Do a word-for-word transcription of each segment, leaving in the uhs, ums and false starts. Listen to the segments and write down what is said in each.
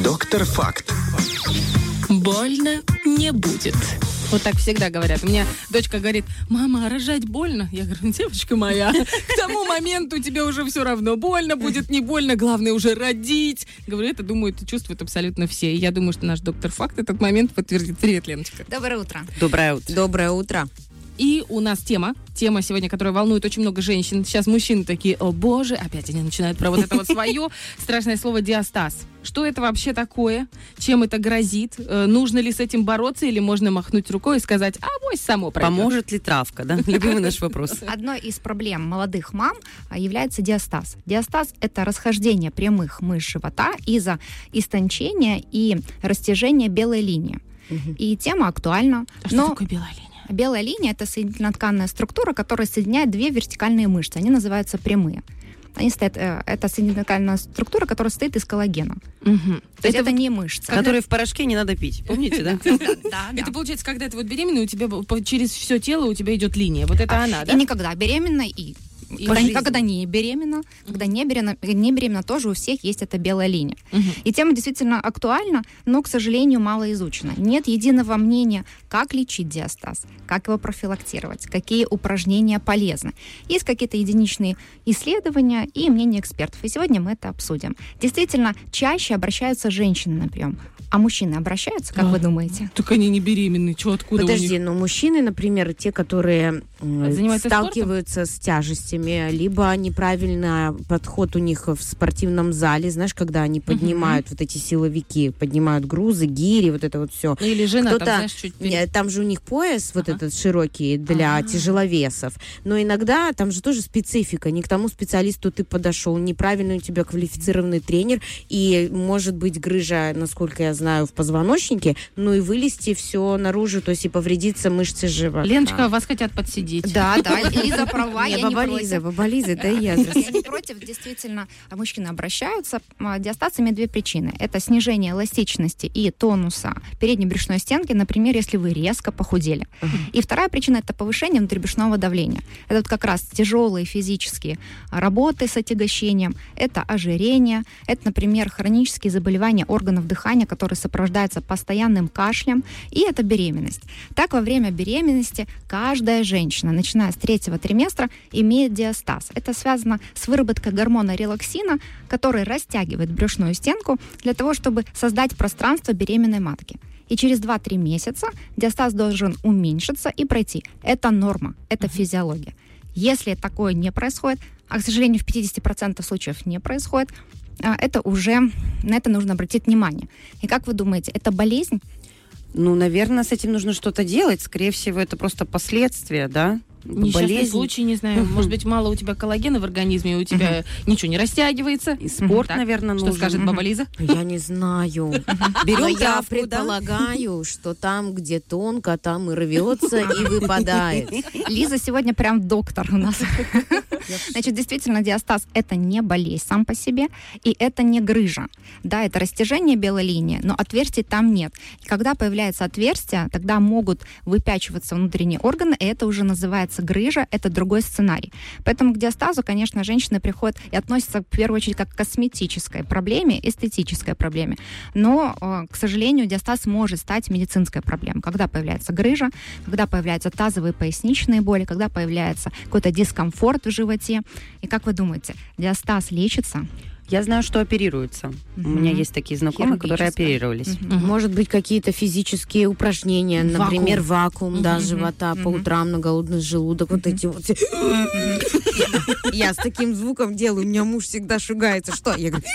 Доктор Факт. Больно не будет. Вот так всегда говорят. У меня дочка говорит: мама, а рожать больно? Я говорю: девочка моя, к тому моменту тебе уже все равно, больно будет, не больно, главное уже родить. Говорю, это думают и чувствуют абсолютно все. И я думаю, что наш доктор Факт этот момент подтвердит. Привет, Леночка. Доброе утро. Доброе утро. Доброе утро. И у нас тема, тема сегодня, которая волнует очень много женщин. Сейчас мужчины такие: о боже, опять они начинают про вот это вот свое страшное слово диастаз. Что это вообще такое? Чем это грозит? Э, нужно ли с этим бороться или можно махнуть рукой и сказать: а авось само пройдет? Поможет ли травка, да? Любимый наш вопрос. Одной из проблем молодых мам является диастаз. Диастаз – это расхождение прямых мышц живота из-за истончения и растяжения белой линии. Угу. И тема актуальна. А что такое белая линия? Белая линия – это соединительно-тканная структура, которая соединяет две вертикальные мышцы. Они называются прямые. Они стоят, это соединительно-тканная структура, которая состоит из коллагена. Угу. То есть это, это не мышца. Которые в порошке не надо пить. Помните, да? Да. Это получается, когда ты вот беременна, у тебя через все тело у тебя идет линия. Вот это она, да? И никогда беременна, и Когда, когда не беременна, когда не беременна, не беременна, тоже у всех есть эта белая линия. Uh-huh. И тема действительно актуальна, но, к сожалению, мало изучена. Нет единого мнения, как лечить диастаз, как его профилактировать, какие упражнения полезны. Есть какие-то единичные исследования и мнения экспертов. И сегодня мы это обсудим. Действительно, чаще обращаются женщины на прием. А мужчины обращаются, как а, вы думаете? Так они не беременны. Чего, откуда Подожди, у них? ну мужчины, например, те, которые занимаются сталкиваются спортом? с тяжестями, либо неправильный подход у них в спортивном зале, знаешь, когда они поднимают uh-huh. вот эти силовики, поднимают грузы, гири, вот это вот все. Ну, или жена, Кто-то, там, знаешь, чуть перед... Там же у них пояс uh-huh. вот этот широкий для uh-huh. тяжеловесов, но иногда там же тоже специфика. Не к тому специалисту ты подошел, неправильный у тебя квалифицированный тренер, и может быть грыжа, насколько я знаю, в позвоночнике, ну и вылезти все наружу, то есть и повредиться мышцы живота. Леночка, вас хотят подсидеть. Да, да, Лиза права, я не против. Баба Лиза, это я. Я не против, действительно, мужчины обращаются. Диастаз имеет две причины. Это снижение эластичности и тонуса передней брюшной стенки, например, если вы резко похудели. И вторая причина – это повышение внутрибрюшного давления. Это вот как раз тяжелые физические работы с отягощением, это ожирение, это, например, хронические заболевания органов дыхания, которые сопровождается постоянным кашлем, и это беременность. Так, во время беременности каждая женщина, начиная с третьего триместра, имеет диастаз. Это связано с выработкой гормона релаксина, который растягивает брюшную стенку для того, чтобы создать пространство беременной матки. И через два-три месяца диастаз должен уменьшиться и пройти. Это норма, это физиология. Если такое не происходит, а, к сожалению, в пятьдесят процентов случаев не происходит, это уже, на это нужно обратить внимание. И как вы думаете, это болезнь? Ну, наверное, с этим нужно что-то делать. Скорее всего, это просто последствия, да? Несчастный болезнь. случай, не знаю. Uh-huh. Может быть, мало у тебя коллагена в организме, у тебя uh-huh. ничего не растягивается. И спорт, uh-huh. наверное, нужен. нужен. Что скажет баба Лиза? Я не знаю. Берем я травку, предполагаю, что там, где тонко, там и рвется, и выпадает. Лиза сегодня прям доктор у нас. Значит, действительно, диастаз – это не болезнь сам по себе, и это не грыжа. Да, это растяжение белой линии, но отверстий там нет. И когда появляется отверстие, тогда могут выпячиваться внутренние органы, и это уже называется грыжа, это другой сценарий. Поэтому к диастазу, конечно, женщины приходят и относятся, в первую очередь, как к косметической проблеме, эстетической проблеме. Но, к сожалению, диастаз может стать медицинской проблемой. Когда появляется грыжа, когда появляются тазовые поясничные боли, когда появляется какой-то дискомфорт в животе. И как вы думаете, диастаз лечится? Я знаю, что оперируются. Uh-huh. У меня есть такие знакомые, которые оперировались. Uh-huh. Может быть, какие-то физические упражнения, вакуум. Например, вакуум, uh-huh. да, живота uh-huh. по утрам на голодный желудок, uh-huh. вот эти вот. Uh-huh. Я с таким звуком делаю, у меня муж всегда шугается. Что? Я говорю...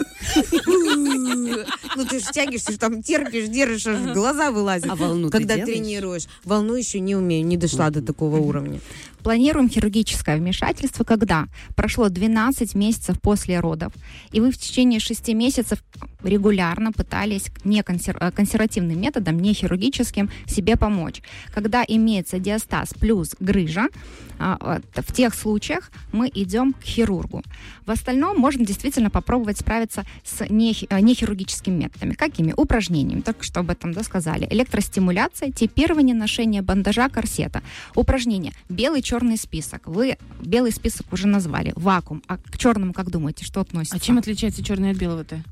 Ну, ты же тягишься, там терпишь, держишь, аж глаза вылазят. А волну когда тренируешь. Волну еще не умею, не дошла до такого уровня. Планируем хирургическое вмешательство, когда прошло двенадцать месяцев после родов, и вы в течение шести месяцев регулярно пытались не консер... консервативным методом, не хирургическим, себе помочь. Когда имеется диастаз плюс грыжа, в тех случаях мы идем к хирургу. В остальном можно действительно попробовать справиться с нехирургическими методами. Какими? Упражнениями, только что об этом, да, сказали. Электростимуляция, типирование, ношение бандажа, корсета. Упражнения. Белый, черный список. Вы белый список уже назвали. Вакуум. А к черному, как думаете, что относится? А чем отличается черный от белого-то?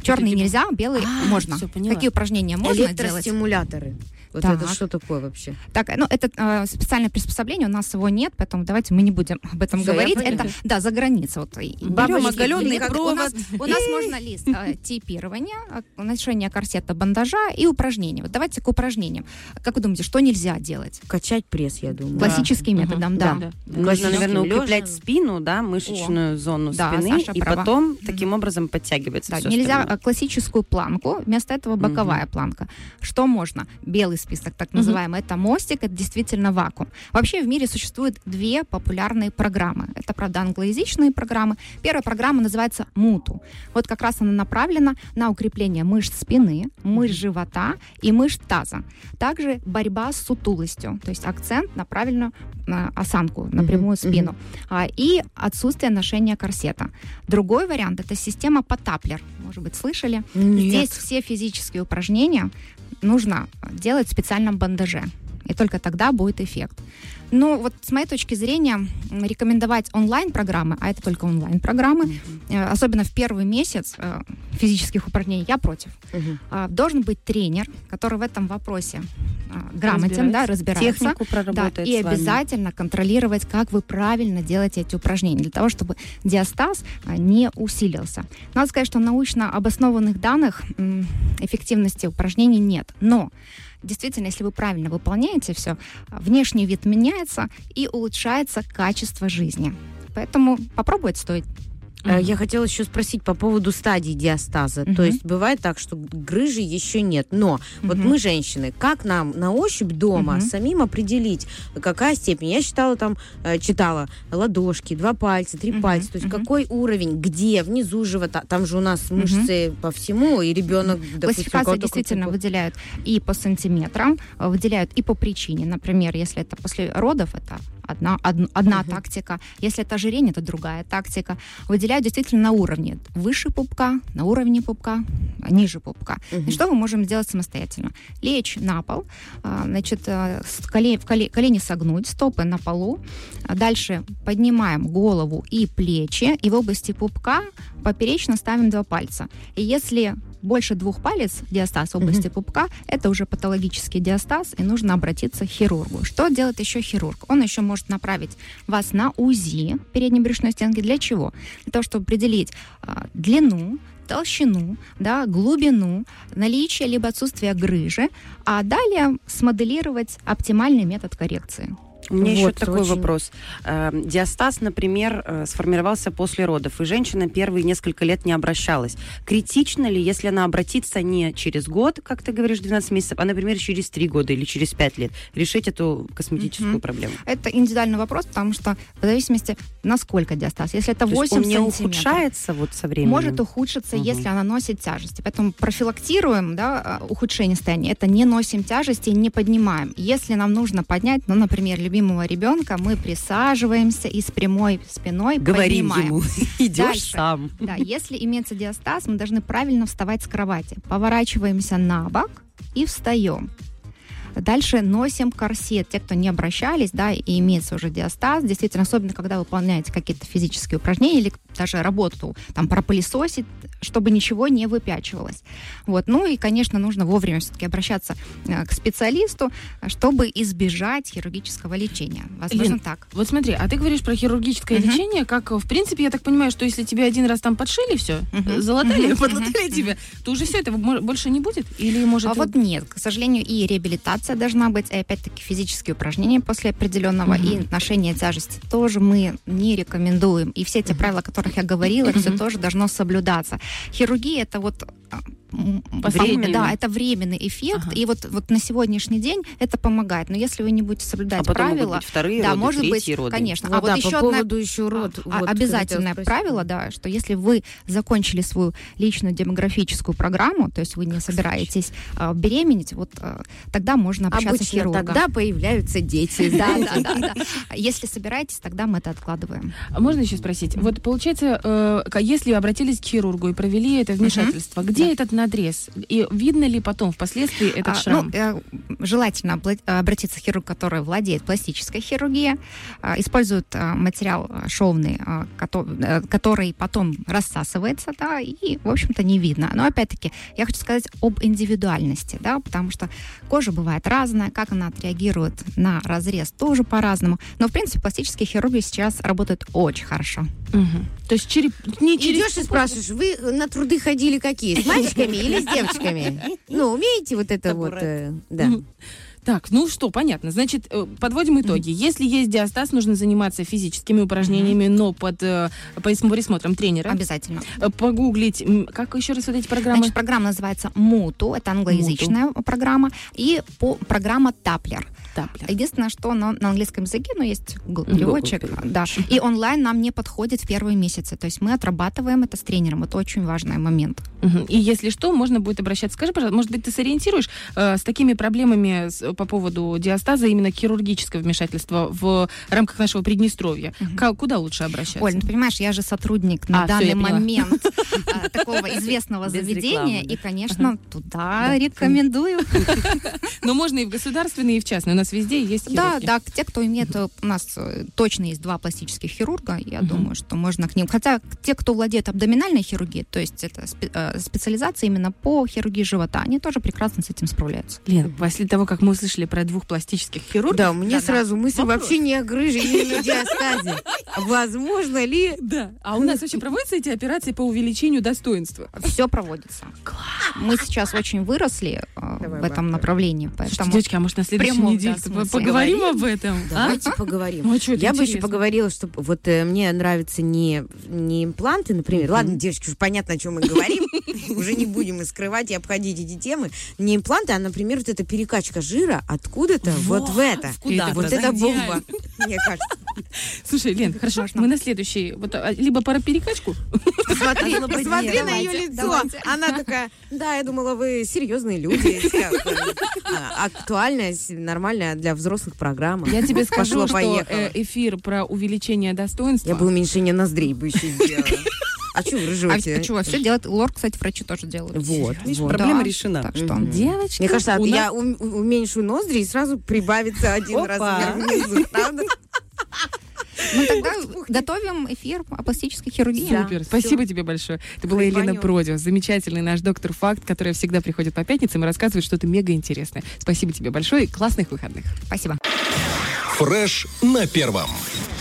Черный Такие- нельзя, белый А, можно. всё, поняла. Какие упражнения можно делать? Электростимуляторы. Вот Так. это что такое вообще? Так, ну, это э, специальное приспособление, у нас его нет, поэтому давайте мы не будем об этом Всё, я говорить. поняла. Это, да, за границей. Вот, и Берём бабочки, оголённый лид- провод. У нас, у нас можно лист э, тейпирования, э, ношение корсета, бандажа и упражнения. Вот давайте к упражнениям. Как вы думаете, что нельзя делать? Качать пресс, я думаю. Да. Классическим методом, да. Да. Нужно, Классическим наверное, лёжа. укреплять спину, да, мышечную зону Да, спины, Саша и права. потом таким образом подтягивается Да, всё нельзя остальное. э, классическую планку, вместо этого боковая планка. Что можно? Белый список, так называемый, это мостик, это действительно вакуум. Вообще в мире существует две популярные программы. Это, правда, англоязычные программы. Первая программа называется МУТУ. Вот как раз она направлена на укрепление мышц спины, мышц живота и мышц таза. Также борьба с сутулостью, то есть акцент на правильную на осанку, на Мгм, прямую мгм. спину. А, и отсутствие ношения корсета. Другой вариант – это система Потаплер. Может быть, слышали? Здесь все физические упражнения нужно делать в специальном бандаже. И только тогда будет эффект. Ну, вот с моей точки зрения, м, рекомендовать онлайн-программы, а это только онлайн-программы, э, особенно в первый месяц э, физических упражнений, я против. Мгм. А, должен быть тренер, который в этом вопросе а, грамотен, да, разбирается. Технику Да, проработает и с вами. обязательно контролировать, как вы правильно делаете эти упражнения, для того, чтобы диастаз а, не усилился. Надо сказать, что научно обоснованных данных м, эффективности упражнений нет. Но действительно, если вы правильно выполняете все, внешний вид меняется и улучшается качество жизни. Поэтому попробовать стоит. Э, Я хотела еще спросить по поводу стадий диастаза. Мгм. То есть бывает так, что грыжи еще нет. Но вот Мгм. мы, женщины, как нам на ощупь дома Мгм. самим определить, какая степень? Я считала там, э, читала ладошки, два пальца, три Мгм. пальца. То есть Мгм. какой уровень, где, внизу живота. Там же у нас Мгм. мышцы по всему, и ребенок, допустим, у Классификация кого-то действительно какой-то- выделяют и по сантиметрам, э, выделяют и по причине. Например, если это после родов, это одна, од- одна Мгм. тактика. Если это ожирение, это другая тактика. Выделяют действительно на уровне выше пупка, на уровне пупка, ниже пупка. Мгм. И что мы можем сделать самостоятельно? Лечь на пол, а, значит, э, с коле- в коле- колени согнуть, стопы на полу. А Дальше поднимаем голову и плечи, и в области пупка поперечно ставим два пальца. И если больше двух палец диастаз в области пупка, это уже патологический диастаз, и нужно обратиться к хирургу. Что делает еще хирург? Он еще может направить вас на УЗИ передней брюшной стенки. Для чего? Для того, чтобы определить а, длину, толщину, да, глубину, наличие либо отсутствие грыжи, а далее смоделировать оптимальный метод коррекции. У меня еще Вот, такой очень- вопрос. Э, Диастаз, например, э, сформировался после родов, и женщина первые несколько лет не обращалась. Критично ли, если она обратится не через год, как ты говоришь, двенадцать месяцев, а, например, через три года или через пять лет, решить эту косметическую Мгм. проблему? Это индивидуальный вопрос, потому что в зависимости, насколько диастаз. Если это То есть восемь он не сантиметров, ухудшается вот со временем? может ухудшиться, Мгм. если она носит тяжести. Поэтому профилактируем, да, а, ухудшение состояния. Это не носим тяжести, не поднимаем. Если нам нужно поднять, ну, например, любимого ребенка, мы присаживаемся и с прямой спиной Говорим поднимаем. ему, идешь Дальше. сам. Да, если имеется диастаз, мы должны правильно вставать с кровати. Поворачиваемся на бок и встаем. Дальше носим корсет. Те, кто не обращались, да, и имеется уже диастаз, действительно, особенно когда вы выполняете какие-то физические упражнения или даже работу, там, пропылесосить, чтобы ничего не выпячивалось. Вот. Ну и, конечно, нужно вовремя все-таки обращаться э, к специалисту, чтобы избежать хирургического лечения. Возможно, Лен, так. Вот смотри, а ты говоришь про хирургическое Мгм. лечение, как, в принципе, я так понимаю, что если тебе один раз там подшили все, Мгм. залатали, Мгм. подлатали Мгм. тебя, то уже все, этого мо- больше не будет? Или может... А вот нет, к сожалению, и реабилитация должна быть, и опять-таки физические упражнения после определенного, Мгм. и ношение тяжести тоже мы не рекомендуем. И все те правила, о которых я говорила, все Мгм. тоже должно соблюдаться. Хирургия это вот а, м, Последнее. время, да, это временный эффект, Ага. и вот, вот на сегодняшний день это помогает. Но если вы не будете соблюдать А потом могут правила, быть вторые да, роды, может быть, третьи роды. конечно. Вот, а вот да, еще по одна поводу еще род. а, вот, обязательное хотела спросить. правило, да, что если вы закончили свою личную демографическую программу, то есть вы не собираетесь а, беременеть, вот а, тогда можно обращаться к Обычно хирургу. тогда появляются дети. Да, да, да, да. Если собираетесь, тогда мы это откладываем. А можно еще спросить? Вот получается, э, к- если обратились к хирургу и провели это вмешательство, где Да. этот на надрез? И видно ли потом впоследствии этот А, шрам? Ну, э, желательно обла- обратиться к хирургу, который владеет пластической хирургией, э, использует э, материал э, шовный, э, кото- э, который потом рассасывается, да, и, в общем-то, не видно. Но, опять-таки, я хочу сказать об индивидуальности, да, потому что кожа бывает разная, как она отреагирует на разрез тоже по-разному. Но, в принципе, пластические хирурги сейчас работают очень хорошо. Мгм. То есть череп... не через... Идешь и спрашиваешь, вы на труды ходили какие? С мальчиками или с девочками? Ну, умеете вот это вот? э, Да. Мгм. Так, ну что, понятно. Значит, э, подводим итоги. Если есть диастаз, нужно заниматься физическими упражнениями, но под э, присмотром тренера. Обязательно. Э, Погуглить, м, как еще раз вот эти программы? Значит, программа называется Муту, это англоязычная программа, и по, программа Таплер. Таплер. Единственное, что на, на английском языке, ну, есть Google Google переводчик, переводчик. да, и онлайн нам не подходит в первые месяцы, то есть мы отрабатываем это с тренером, это очень важный момент. Мгм. И если что, можно будет обращаться. Скажи, пожалуйста, может быть, ты сориентируешь э, с такими проблемами с- по поводу диастаза, именно хирургического вмешательства в рамках нашего Приднестровья? Мгм. Ка- куда лучше обращаться? Оль, ну, понимаешь, я же сотрудник на А, всё, данный я поняла. момент а, такого известного Без заведения, рекламы, да. и, конечно, туда рекомендую. Но можно и в государственные, и в частные. У нас везде есть хирурги. Да, да, те, кто имеет, э, у нас э, точно есть два пластических хирурга, я Мгм. думаю, что можно к ним. Хотя те, кто владеет абдоминальной хирургией, то есть это спе- э, специализация именно по хирургии живота, они тоже прекрасно с этим справляются. Лен, после того, как мы услышали про двух пластических хирургов, Да, мне Да-да. сразу мысль Вопрос. вообще не о грыже или на диастазе. Возможно ли... да. А у нас вообще проводятся эти операции по увеличению достоинства? Все проводится. Мы сейчас очень выросли э, Давай, в этом Бабка. направлении, Слушайте, поэтому девочки, а может на следующей прямом, неделе да, смысле. поговорим об этом? а? Давайте поговорим. Ну, а чё, это Я бы еще интересно. поговорила, что вот э, мне нравятся не, не импланты, например. Ладно, девочки, уже понятно, о чем мы говорим. Уже не будем и скрывать и обходить эти темы. Не импланты, а, например, вот эта перекачка жира откуда-то вот в это. куда-то, Вот да, это идеально. бомба, мне кажется. Слушай, Лен, хорошо, Можно. мы на следующий, вот, а, либо про перекачку, Посмотри, Было бы посмотри дело. на ее Давайте, лицо. давайте. Она такая, да, я думала, вы серьезные люди. Как, э, а, Актуальная, с- нормальная для взрослых программа. я тебе скажу, что Пошло-поехало. э, эфир про увеличение достоинства. Я бы уменьшение ноздрей бы еще сделала. А что вы А, ржете? а чего, все делать? Лор, кстати, врачи тоже делают. Вот, Видишь, вот. проблема Да, решена. Так что... Мгм. Девочки, Мне кажется, у я нас- ум- уменьшу ноздри и сразу прибавится один Опа. размер внизу, правда? Ну тогда готовим эфир о пластической хирургии. Да. Супер, спасибо тебе большое. Это была Ой, Елена Ваню. Продио, замечательный наш доктор факт, которая всегда приходит по пятницам и рассказывает что-то мега интересное. Спасибо тебе большое и классных выходных. Спасибо. Фреш на первом.